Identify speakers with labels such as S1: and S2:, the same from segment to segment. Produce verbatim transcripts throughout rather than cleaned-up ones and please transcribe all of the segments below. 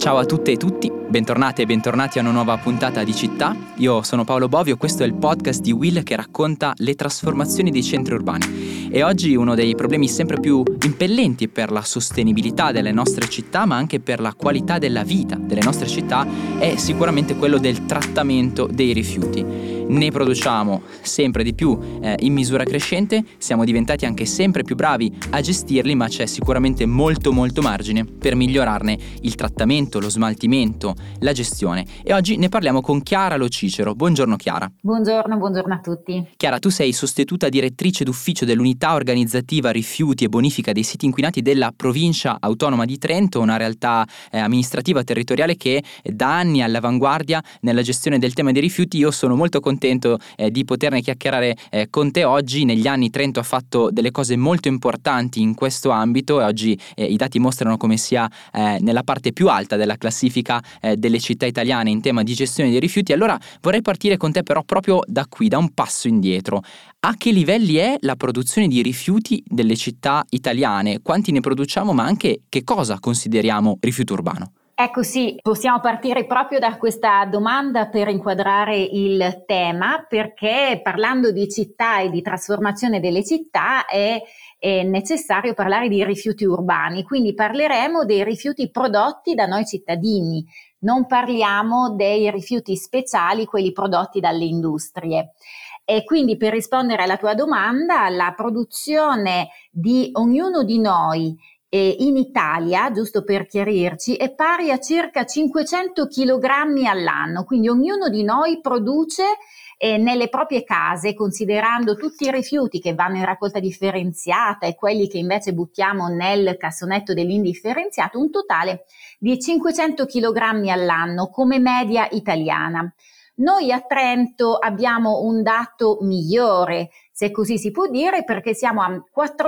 S1: Ciao a tutte e tutti, bentornate e bentornati a una nuova puntata di Città. Io sono Paolo Bovio, questo è il podcast di Will che racconta le trasformazioni dei centri urbani. E oggi uno dei problemi sempre più impellenti per la sostenibilità delle nostre città, ma anche per la qualità della vita delle nostre città, è sicuramente quello del trattamento dei rifiuti. Ne produciamo sempre di più eh, in misura crescente, siamo diventati anche sempre più bravi a gestirli, ma c'è sicuramente molto molto margine per migliorarne il trattamento, lo smaltimento, la gestione. E oggi ne parliamo con Chiara Lo Cicero. Buongiorno Chiara.
S2: Buongiorno, buongiorno a tutti.
S1: Chiara, tu sei sostituta direttrice d'ufficio dell'unità organizzativa rifiuti e bonifica dei siti inquinati della provincia autonoma di Trento, una realtà eh, amministrativa territoriale che da anni è all'avanguardia nella gestione del tema dei rifiuti. Io sono molto contento eh, di poterne chiacchierare eh, con te oggi. Negli anni Trento ha fatto delle cose molto importanti in questo ambito e oggi eh, i dati mostrano come sia eh, nella parte più alta della classifica eh, delle città italiane in tema di gestione dei rifiuti. Allora vorrei partire con te però proprio da qui, da un passo indietro. A che livelli è la produzione di rifiuti delle città italiane? Quanti ne produciamo, ma anche che cosa consideriamo rifiuto urbano?
S2: Ecco sì, possiamo partire proprio da questa domanda per inquadrare il tema, perché parlando di città e di trasformazione delle città è, è necessario parlare di rifiuti urbani, quindi parleremo dei rifiuti prodotti da noi cittadini, non parliamo dei rifiuti speciali, quelli prodotti dalle industrie. E quindi per rispondere alla tua domanda, la produzione di ognuno di noi E in Italia, giusto per chiarirci, è pari a circa cinquecento chilogrammi all'anno, quindi ognuno di noi produce eh, nelle proprie case, considerando tutti i rifiuti che vanno in raccolta differenziata e quelli che invece buttiamo nel cassonetto dell'indifferenziato, un totale di cinquecento chilogrammi all'anno come media italiana. Noi a Trento abbiamo un dato migliore, se così si può dire, perché siamo a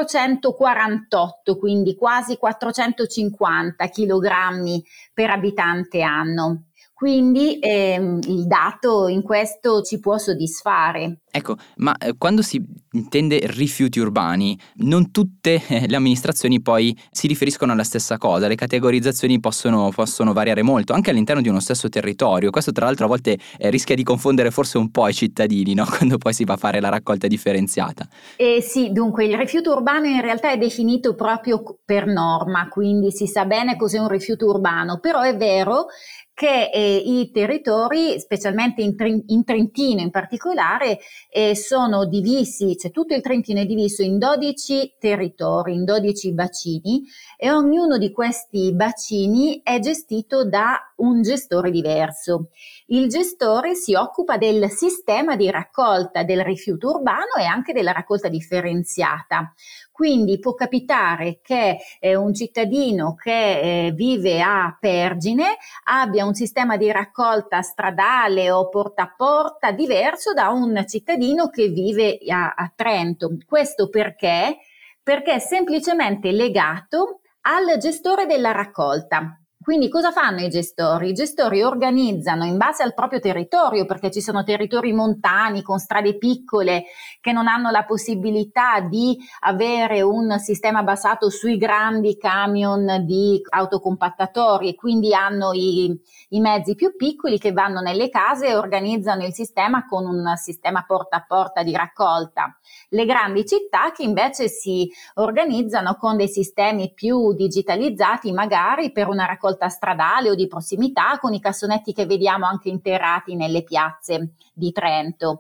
S2: quattrocentoquarantotto, quindi quasi quattrocentocinquanta chilogrammi per abitante anno. Quindi ehm, il dato in questo ci può soddisfare.
S1: Ecco, ma eh, quando si intende rifiuti urbani, non tutte eh, le amministrazioni poi si riferiscono alla stessa cosa, le categorizzazioni possono, possono variare molto, anche all'interno di uno stesso territorio. Questo tra l'altro a volte eh, rischia di confondere forse un po' i cittadini, no? Quando poi si va a fare la raccolta differenziata.
S2: Eh sì, dunque il rifiuto urbano in realtà è definito proprio per norma, quindi si sa bene cos'è un rifiuto urbano, però è vero che eh, i territori, specialmente in, in Trentino in particolare, eh, sono divisi, cioè tutto il Trentino è diviso in dodici territori, in dodici bacini, e ognuno di questi bacini è gestito da un gestore diverso. Il gestore si occupa del sistema di raccolta del rifiuto urbano e anche della raccolta differenziata. Quindi può capitare che eh, un cittadino che eh, vive a Pergine abbia un sistema di raccolta stradale o porta a porta diverso da un cittadino che vive a, a Trento. Questo perché? Perché è semplicemente legato al gestore della raccolta. Quindi cosa fanno i gestori? I gestori organizzano in base al proprio territorio, perché ci sono territori montani con strade piccole che non hanno la possibilità di avere un sistema basato sui grandi camion di autocompattatori e quindi hanno i, i mezzi più piccoli che vanno nelle case e organizzano il sistema con un sistema porta a porta di raccolta. Le grandi città che invece si organizzano con dei sistemi più digitalizzati, magari per una raccolta stradale o di prossimità, con i cassonetti che vediamo anche interrati nelle piazze di Trento.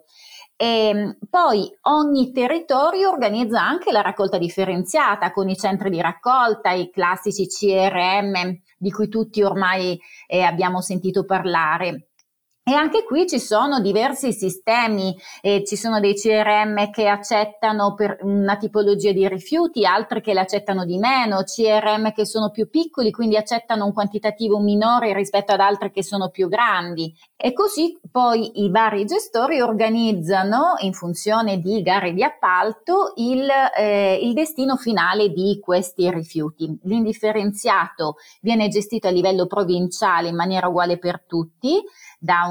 S2: E poi ogni territorio organizza anche la raccolta differenziata con i centri di raccolta, i classici C R M di cui tutti ormai eh, abbiamo sentito parlare. E anche qui ci sono diversi sistemi, eh, ci sono dei C R M che accettano per una tipologia di rifiuti, altri che l'accettano di meno, C R M che sono più piccoli, quindi accettano un quantitativo minore rispetto ad altri che sono più grandi. E così poi i vari gestori organizzano, in funzione di gare di appalto, il, eh, il destino finale di questi rifiuti. L'indifferenziato viene gestito a livello provinciale in maniera uguale per tutti, da un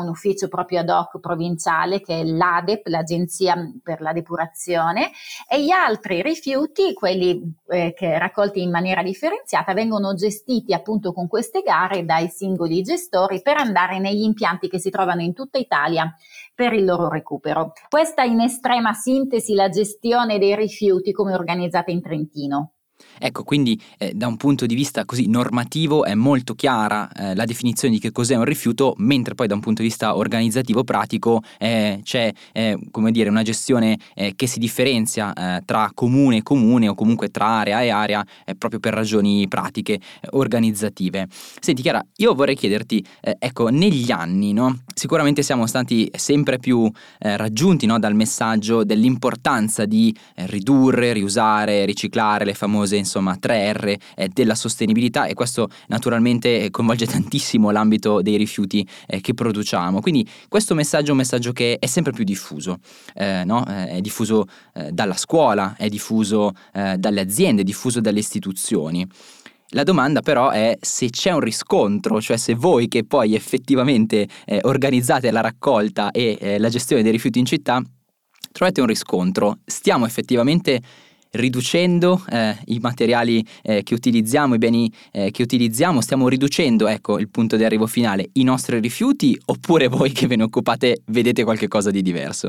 S2: un ufficio proprio ad hoc provinciale che è l'A D E P, l'Agenzia per la Depurazione, e gli altri rifiuti, quelli eh, che raccolti in maniera differenziata, vengono gestiti appunto con queste gare dai singoli gestori per andare negli impianti che si trovano in tutta Italia per il loro recupero. Questa in estrema sintesi la gestione dei rifiuti come organizzata in Trentino.
S1: Ecco, quindi eh, da un punto di vista così normativo è molto chiara eh, la definizione di che cos'è un rifiuto, mentre poi da un punto di vista organizzativo pratico eh, c'è eh, come dire una gestione eh, che si differenzia eh, tra comune e comune o comunque tra area e area eh, proprio per ragioni pratiche eh, organizzative. Senti Chiara, io vorrei chiederti, eh, ecco, negli anni, no? Sicuramente siamo stati sempre più eh, raggiunti, no, dal messaggio dell'importanza di eh, ridurre, riusare, riciclare, le famose insomma tre R eh, della sostenibilità, e questo naturalmente coinvolge tantissimo l'ambito dei rifiuti eh, che produciamo. Quindi questo messaggio è un messaggio che è sempre più diffuso, eh, no? eh, è diffuso eh, dalla scuola, è diffuso eh, dalle aziende, è diffuso dalle istituzioni. La domanda però è se c'è un riscontro, cioè se voi che poi effettivamente eh, organizzate la raccolta e eh, la gestione dei rifiuti in città trovate un riscontro, stiamo effettivamente riducendo eh, i materiali eh, che utilizziamo, i beni eh, che utilizziamo, stiamo riducendo, ecco il punto di arrivo finale, i nostri rifiuti, oppure voi che ve ne occupate vedete qualche cosa di diverso?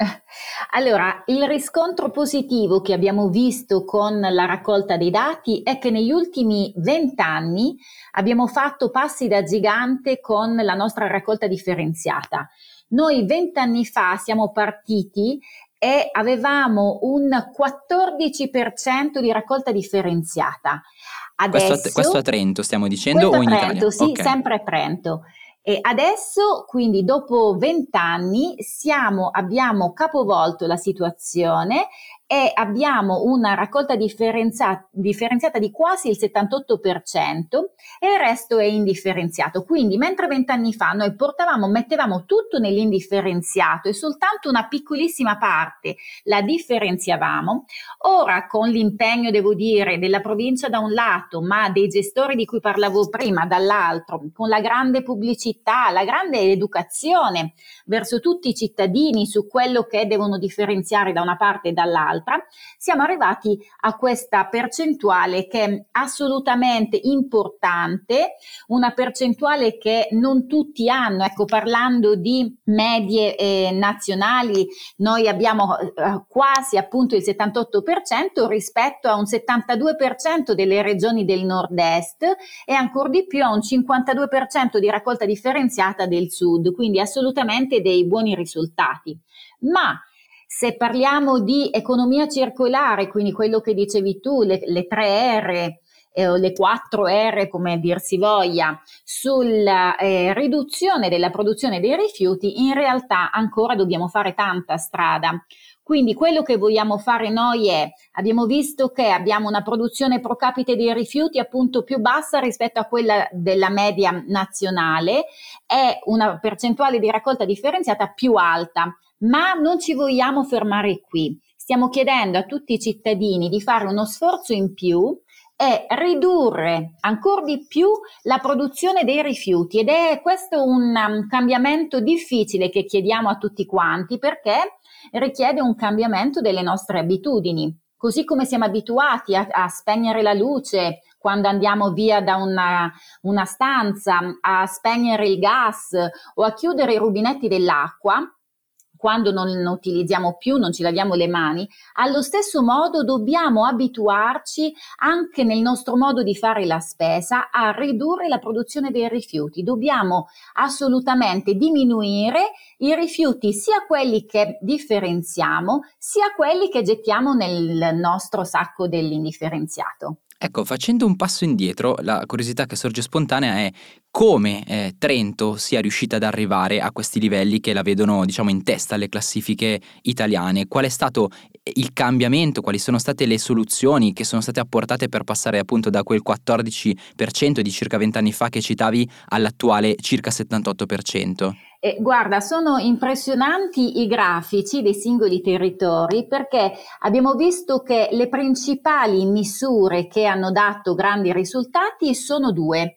S2: Allora, il riscontro positivo che abbiamo visto con la raccolta dei dati è che negli ultimi vent'anni abbiamo fatto passi da gigante con la nostra raccolta differenziata. Noi vent'anni fa siamo partiti e avevamo un quattordici per cento di raccolta differenziata. Adesso,
S1: questo, a, questo a Trento stiamo dicendo o in
S2: Trento,
S1: Italia?
S2: Sì,
S1: okay.
S2: Sempre a Trento. E adesso, quindi dopo vent'anni, siamo, abbiamo capovolto la situazione e abbiamo una raccolta differenziata, differenziata di quasi il settantotto per cento e il resto è indifferenziato. Quindi mentre vent'anni fa noi portavamo, mettevamo tutto nell'indifferenziato e soltanto una piccolissima parte la differenziavamo, ora con l'impegno, devo dire, della provincia da un lato, ma dei gestori di cui parlavo prima dall'altro, con la grande pubblicità, la grande educazione verso tutti i cittadini su quello che devono differenziare da una parte e dall'altra, siamo arrivati a questa percentuale che è assolutamente importante, una percentuale che non tutti hanno. Ecco, parlando di medie eh, nazionali, noi abbiamo eh, quasi appunto il settantotto per cento rispetto a un settantadue per cento delle regioni del nord-est e ancora di più a un cinquantadue per cento di raccolta differenziata del sud, quindi assolutamente dei buoni risultati. Ma se parliamo di economia circolare, quindi quello che dicevi tu, le, le tre R eh, o le quattro R come dir si voglia, sulla eh, riduzione della produzione dei rifiuti, in realtà ancora dobbiamo fare tanta strada. Quindi quello che vogliamo fare noi è, abbiamo visto che abbiamo una produzione pro capite dei rifiuti appunto più bassa rispetto a quella della media nazionale e una percentuale di raccolta differenziata più alta, ma non ci vogliamo fermare qui. Stiamo chiedendo a tutti i cittadini di fare uno sforzo in più e ridurre ancora di più la produzione dei rifiuti, ed è questo un um, cambiamento difficile che chiediamo a tutti quanti, perché richiede un cambiamento delle nostre abitudini. Così come siamo abituati a, a spegnere la luce quando andiamo via da una, una stanza, a spegnere il gas o a chiudere i rubinetti dell'acqua quando non utilizziamo più, non ci laviamo le mani, allo stesso modo dobbiamo abituarci anche nel nostro modo di fare la spesa a ridurre la produzione dei rifiuti. Dobbiamo assolutamente diminuire i rifiuti, sia quelli che differenziamo, sia quelli che gettiamo nel nostro sacco dell'indifferenziato.
S1: Ecco, facendo un passo indietro, la curiosità che sorge spontanea è come eh, Trento sia riuscita ad arrivare a questi livelli che la vedono, diciamo, in testa alle classifiche italiane. Qual è stato il cambiamento, quali sono state le soluzioni che sono state apportate per passare appunto da quel quattordici per cento di circa vent'anni fa che citavi all'attuale circa settantotto per cento?
S2: Eh, guarda, sono impressionanti i grafici dei singoli territori, perché abbiamo visto che le principali misure che hanno dato grandi risultati sono due.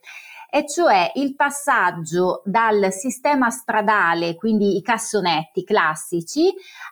S2: e cioè il passaggio dal sistema stradale, quindi i cassonetti classici,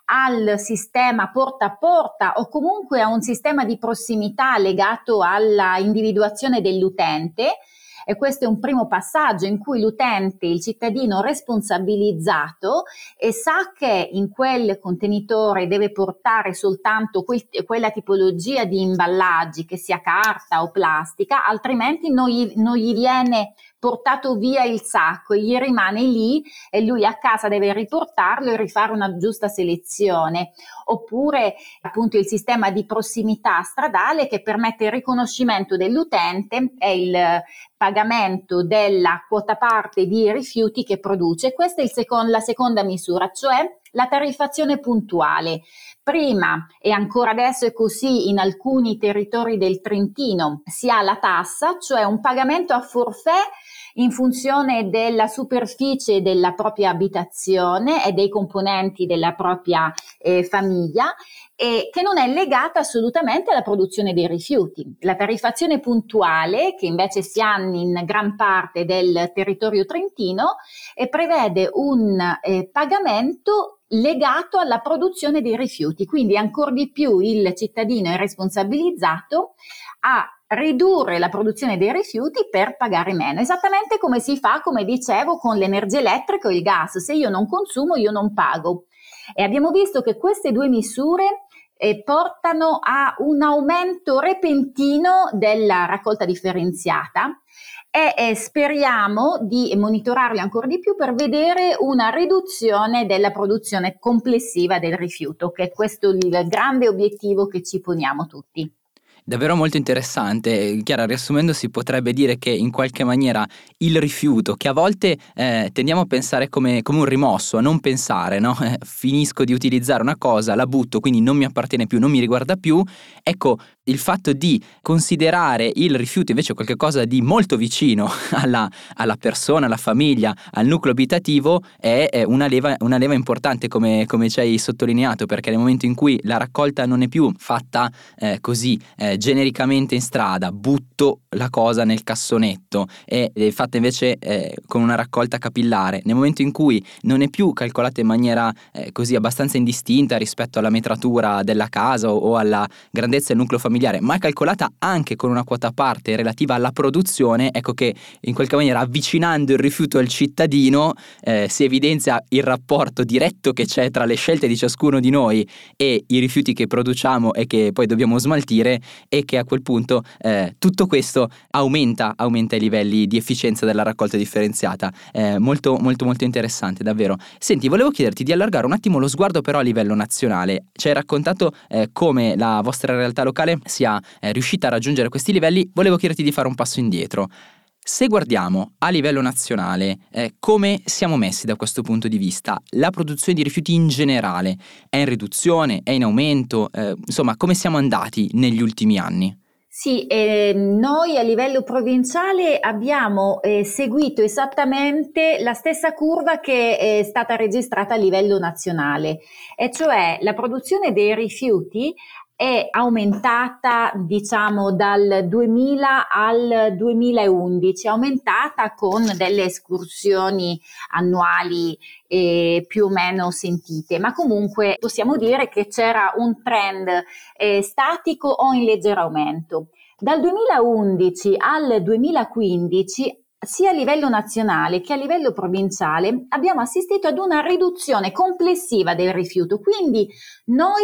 S2: al sistema porta a porta o comunque a un sistema di prossimità legato alla individuazione dell'utente. E questo è un primo passaggio in cui l'utente, il cittadino responsabilizzato, e sa che in quel contenitore deve portare soltanto quel, quella tipologia di imballaggi, che sia carta o plastica, altrimenti non gli, non gli viene portato via il sacco, gli rimane lì e lui a casa deve riportarlo e rifare una giusta selezione. Oppure appunto il sistema di prossimità stradale, che permette il riconoscimento dell'utente e il pagamento della quota parte di rifiuti che produce. Questa è il second, la seconda misura, cioè la tariffazione puntuale. Prima, e ancora adesso è così in alcuni territori del Trentino, si ha la tassa, cioè un pagamento a forfait in funzione della superficie della propria abitazione e dei componenti della propria eh, famiglia, e che non è legata assolutamente alla produzione dei rifiuti. La tariffazione puntuale, che invece si ha in gran parte del territorio trentino, eh, prevede un eh, pagamento legato alla produzione dei rifiuti, quindi ancora di più il cittadino è responsabilizzato a ridurre la produzione dei rifiuti per pagare meno, esattamente come si fa, come dicevo, con l'energia elettrica o il gas. Se io non consumo, io non pago. E abbiamo visto che queste due misure eh, portano a un aumento repentino della raccolta differenziata, e eh, speriamo di monitorarli ancora di più per vedere una riduzione della produzione complessiva del rifiuto, che è questo il grande obiettivo che ci poniamo tutti.
S1: Davvero molto interessante. Chiara, riassumendo, si potrebbe dire che in qualche maniera il rifiuto, che a volte eh, tendiamo a pensare come, come un rimosso, a non pensare, no? Eh, finisco di utilizzare una cosa, la butto, quindi non mi appartiene più, non mi riguarda più. Ecco, il fatto di considerare il rifiuto invece qualcosa di molto vicino alla, alla persona, alla famiglia, al nucleo abitativo è, è una, leva, una leva importante, come, come ci hai sottolineato, perché nel momento in cui la raccolta non è più fatta eh, così eh, genericamente in strada, butto la cosa nel cassonetto, e è fatta invece eh, con una raccolta capillare, nel momento in cui non è più calcolata in maniera eh, così abbastanza indistinta rispetto alla metratura della casa o, o alla grandezza del nucleo familiare, ma è calcolata anche con una quota a parte relativa alla produzione, ecco che in qualche maniera, avvicinando il rifiuto al cittadino, eh, si evidenzia il rapporto diretto che c'è tra le scelte di ciascuno di noi e i rifiuti che produciamo e che poi dobbiamo smaltire, e che a quel punto eh, tutto questo aumenta, aumenta i livelli di efficienza della raccolta differenziata. Eh, molto molto molto interessante, davvero. Senti, volevo chiederti di allargare un attimo lo sguardo però a livello nazionale. Ci hai raccontato eh, come la vostra realtà locale sia eh, riuscita a raggiungere questi livelli. Volevo chiederti di fare un passo indietro. Se guardiamo a livello nazionale, eh, come siamo messi da questo punto di vista? La produzione di rifiuti in generale è in riduzione, è in aumento? Eh, insomma, come siamo andati negli ultimi anni?
S2: Sì, eh, noi a livello provinciale abbiamo eh, seguito esattamente la stessa curva che è stata registrata a livello nazionale, e cioè la produzione dei rifiuti è aumentata, diciamo, dal duemila al duemilaundici, è aumentata con delle escursioni annuali eh, più o meno sentite, ma comunque possiamo dire che c'era un trend eh, statico o in leggero aumento. Dal duemilaundici al duemilaquindici, sia a livello nazionale che a livello provinciale, abbiamo assistito ad una riduzione complessiva del rifiuto, quindi noi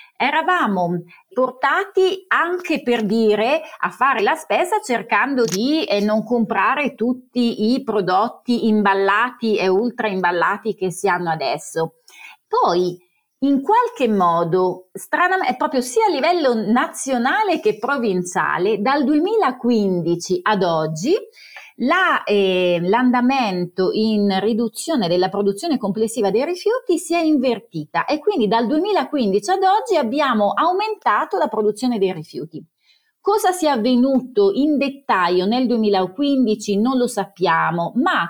S2: eravamo portati, anche per dire, a fare la spesa cercando di eh, non comprare tutti i prodotti imballati e ultra imballati che si hanno adesso. Poi, in qualche modo, stranamente, proprio sia a livello nazionale che provinciale, dal duemilaquindici ad oggi, La, eh, l'andamento in riduzione della produzione complessiva dei rifiuti si è invertita, e quindi dal duemilaquindici ad oggi abbiamo aumentato la produzione dei rifiuti. Cosa sia avvenuto in dettaglio nel duemilaquindici non lo sappiamo, ma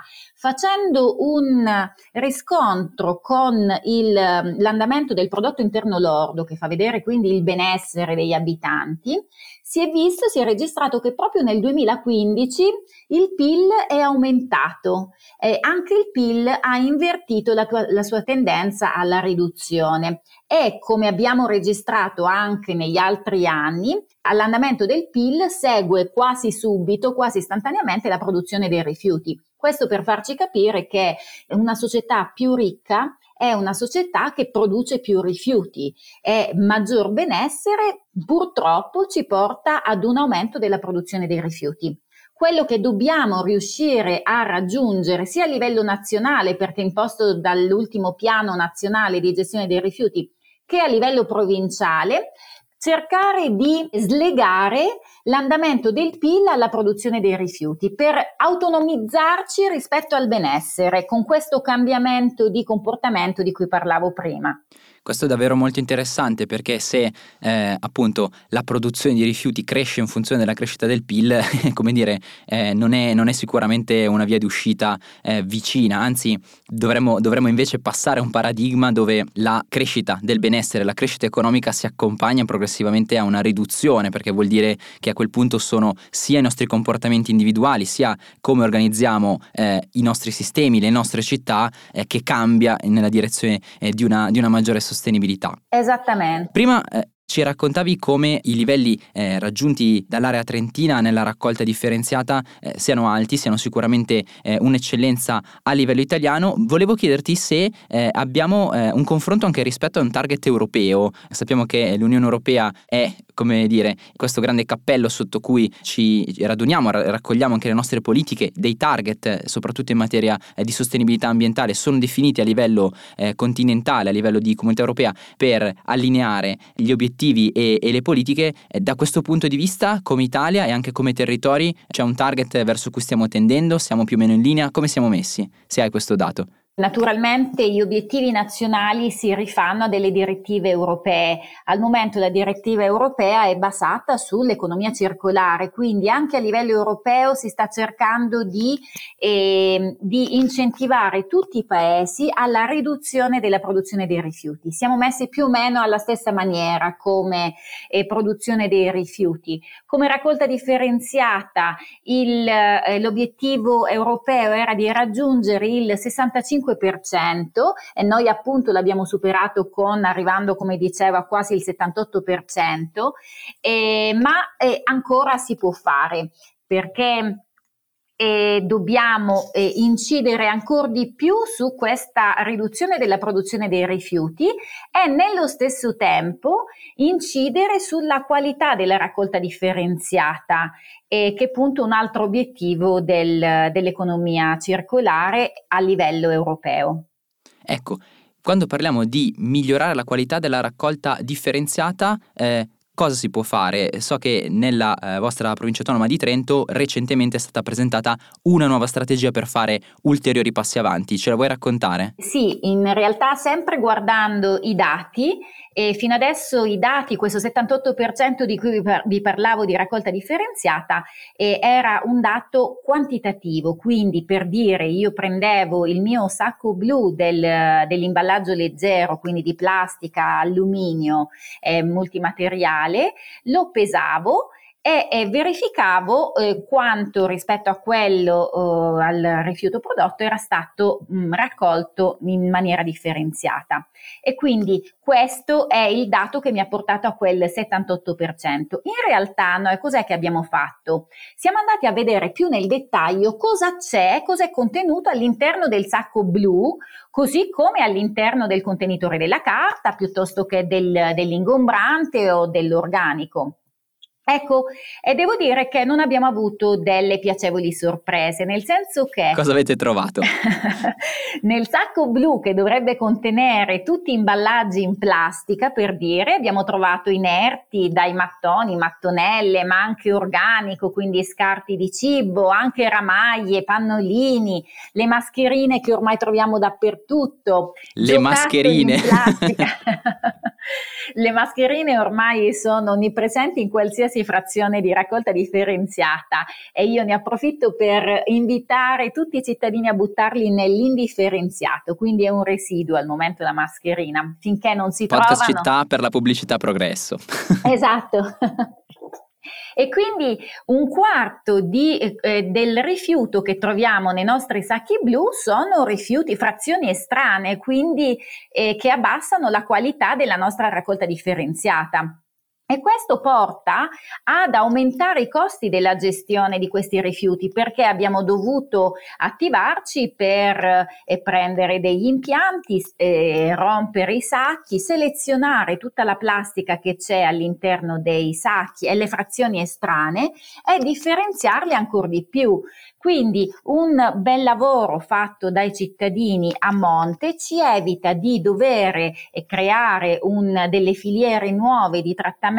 S2: facendo un riscontro con il, l'andamento del prodotto interno lordo, che fa vedere quindi il benessere degli abitanti, si è visto, si è registrato che proprio nel duemilaquindici il P I L è aumentato, eh, anche il P I L ha invertito la, tua, la sua tendenza alla riduzione e, come abbiamo registrato anche negli altri anni, all'andamento del P I L segue quasi subito, quasi istantaneamente la produzione dei rifiuti. Questo per farci capire che una società più ricca è una società che produce più rifiuti e maggior benessere purtroppo ci porta ad un aumento della produzione dei rifiuti. Quello che dobbiamo riuscire a raggiungere sia a livello nazionale, perché è imposto dall'ultimo piano nazionale di gestione dei rifiuti, che a livello provinciale, cercare di slegare l'andamento del P I L alla produzione dei rifiuti per autonomizzarci rispetto al benessere con questo cambiamento di comportamento di cui parlavo prima.
S1: Questo è davvero molto interessante, perché se eh, appunto la produzione di rifiuti cresce in funzione della crescita del P I L, come dire, eh, non è, non è sicuramente una via di uscita eh, vicina, anzi dovremmo, dovremmo invece passare a un paradigma dove la crescita del benessere, la crescita economica si accompagna progressivamente a una riduzione, perché vuol dire che a quel punto sono sia i nostri comportamenti individuali, sia come organizziamo eh, i nostri sistemi, le nostre città, eh, che cambia nella direzione eh, di una, di una maggiore sostenibilità.
S2: Esattamente.
S1: Prima eh, ci raccontavi come i livelli eh, raggiunti dall'area trentina nella raccolta differenziata eh, siano alti, siano sicuramente eh, un'eccellenza a livello italiano. Volevo chiederti se eh, abbiamo eh, un confronto anche rispetto a un target europeo. Sappiamo che l'Unione Europea è, come dire, questo grande cappello sotto cui ci raduniamo, raccogliamo anche le nostre politiche. Dei target, soprattutto in materia eh, di sostenibilità ambientale, sono definiti a livello eh, continentale, a livello di comunità europea, per allineare gli obiettivi E, e le politiche. Da questo punto di vista, come Italia e anche come territori, c'è un target verso cui stiamo tendendo? Siamo più o meno in linea? Come siamo messi? Se hai questo dato.
S2: Naturalmente gli obiettivi nazionali si rifanno a delle direttive europee. Al momento la direttiva europea è basata sull'economia circolare, quindi anche a livello europeo si sta cercando di, eh, di incentivare tutti i paesi alla riduzione della produzione dei rifiuti. Siamo messi più o meno alla stessa maniera come eh, produzione dei rifiuti. Come raccolta differenziata il, eh, l'obiettivo europeo era di raggiungere il sessantacinque per cento e noi appunto l'abbiamo superato con arrivando, come diceva, quasi il settantotto per cento, eh, ma eh, ancora si può fare, perché E dobbiamo eh, incidere ancora di più su questa riduzione della produzione dei rifiuti e nello stesso tempo incidere sulla qualità della raccolta differenziata, eh, che è appunto un altro obiettivo del, dell'economia circolare a livello europeo.
S1: Ecco, quando parliamo di migliorare la qualità della raccolta differenziata, eh, cosa si può fare? So che nella eh, vostra provincia autonoma di Trento recentemente è stata presentata una nuova strategia per fare ulteriori passi avanti. Ce la vuoi raccontare?
S2: Sì, in realtà sempre guardando i dati, e fino adesso i dati, questo settantotto per cento di cui vi, par- vi parlavo di raccolta differenziata, eh, era un dato quantitativo, quindi per dire io prendevo il mio sacco blu del, dell'imballaggio leggero, quindi di plastica, alluminio, eh, multimateriale, lo pesavo e, e verificavo eh, quanto rispetto a quello eh, al rifiuto prodotto era stato mh, raccolto in maniera differenziata, e quindi questo è il dato che mi ha portato a quel settantotto per cento. In realtà noi cos'è che abbiamo fatto? Siamo andati a vedere più nel dettaglio cosa c'è, cosa è contenuto all'interno del sacco blu, così come all'interno del contenitore della carta piuttosto che del, dell'ingombrante o dell'organico. Ecco, e devo dire che non abbiamo avuto delle piacevoli sorprese, nel senso che...
S1: Cosa avete trovato?
S2: Nel sacco blu, che dovrebbe contenere tutti imballaggi in plastica, per dire, abbiamo trovato inerti dai mattoni, mattonelle, ma anche organico, quindi scarti di cibo, anche ramaglie, pannolini, le mascherine che ormai troviamo dappertutto.
S1: Le mascherine?
S2: In plastica. Le mascherine ormai sono onnipresenti in qualsiasi frazione di raccolta differenziata e io ne approfitto per invitare tutti i cittadini a buttarli nell'indifferenziato, quindi è un residuo al momento la mascherina, finché non si
S1: Podcast
S2: trovano...
S1: città per la pubblicità progresso.
S2: Esatto. E quindi un quarto di, eh, del rifiuto che troviamo nei nostri sacchi blu sono rifiuti, frazioni estranee, quindi eh, che abbassano la qualità della nostra raccolta differenziata. E questo porta ad aumentare i costi della gestione di questi rifiuti, perché abbiamo dovuto attivarci per eh, prendere degli impianti, eh, rompere i sacchi, selezionare tutta la plastica che c'è all'interno dei sacchi e le frazioni estranee e differenziarle ancora di più. Quindi un bel lavoro fatto dai cittadini a monte ci evita di dover eh, creare un, delle filiere nuove di trattamento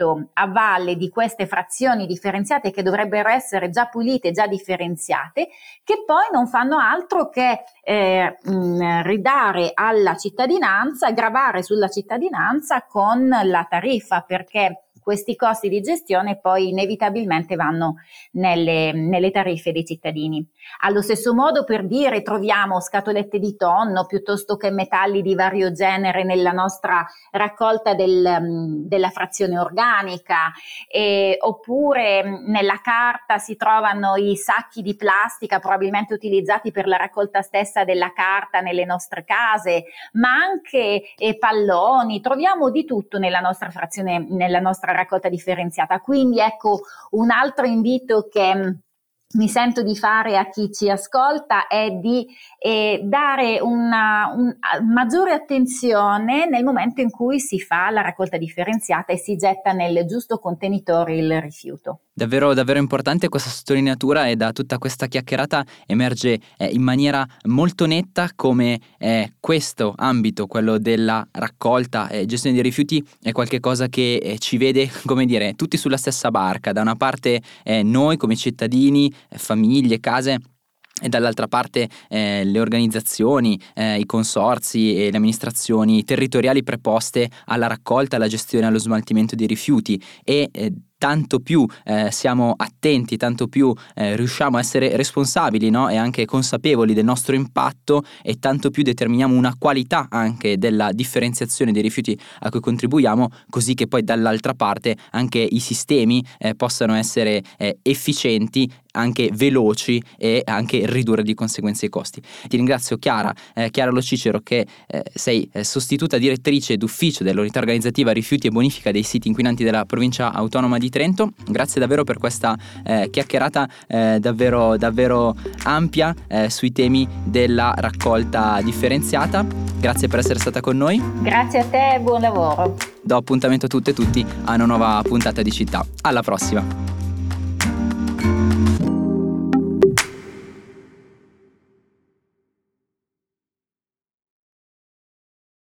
S2: a valle di queste frazioni differenziate che dovrebbero essere già pulite, già differenziate, che poi non fanno altro che eh, mh, ridare alla cittadinanza, gravare sulla cittadinanza con la tariffa, perché questi costi di gestione poi inevitabilmente vanno nelle, nelle tariffe dei cittadini. Allo stesso modo, per dire, troviamo scatolette di tonno piuttosto che metalli di vario genere nella nostra raccolta del, della frazione organica, e, oppure nella carta si trovano i sacchi di plastica probabilmente utilizzati per la raccolta stessa della carta nelle nostre case, ma anche eh, palloni, troviamo di tutto nella nostra frazione, nella nostra raccolta differenziata. Quindi ecco un altro invito che mh, mi sento di fare a chi ci ascolta è di eh, dare una un, maggiore attenzione nel momento in cui si fa la raccolta differenziata e si getta nel giusto contenitore il rifiuto.
S1: Davvero, davvero importante questa sottolineatura, e da tutta questa chiacchierata emerge eh, in maniera molto netta come eh, questo ambito, quello della raccolta e gestione dei rifiuti, è qualcosa che eh, ci vede, come dire, tutti sulla stessa barca. Da una parte eh, noi come cittadini, eh, famiglie, case, e dall'altra parte eh, le organizzazioni, eh, i consorzi e le amministrazioni territoriali preposte alla raccolta, alla gestione e allo smaltimento dei rifiuti. E eh, tanto più eh, siamo attenti, tanto più eh, riusciamo a essere responsabili, no? E anche consapevoli del nostro impatto, e tanto più determiniamo una qualità anche della differenziazione dei rifiuti a cui contribuiamo, così che poi dall'altra parte anche i sistemi eh, possano essere eh, efficienti, anche veloci, e anche ridurre di conseguenza i costi. Ti ringrazio Chiara, eh, Chiara Lo Cicero, che eh, sei eh, sostituta direttrice d'ufficio dell'unità organizzativa rifiuti e bonifica dei siti inquinanti della provincia autonoma di Trento. Grazie davvero per questa eh, chiacchierata eh, davvero, davvero ampia eh, sui temi della raccolta differenziata. Grazie per essere stata con noi.
S2: Grazie a te e buon lavoro.
S1: Do appuntamento a tutte e tutti a una nuova puntata di Città. Alla prossima.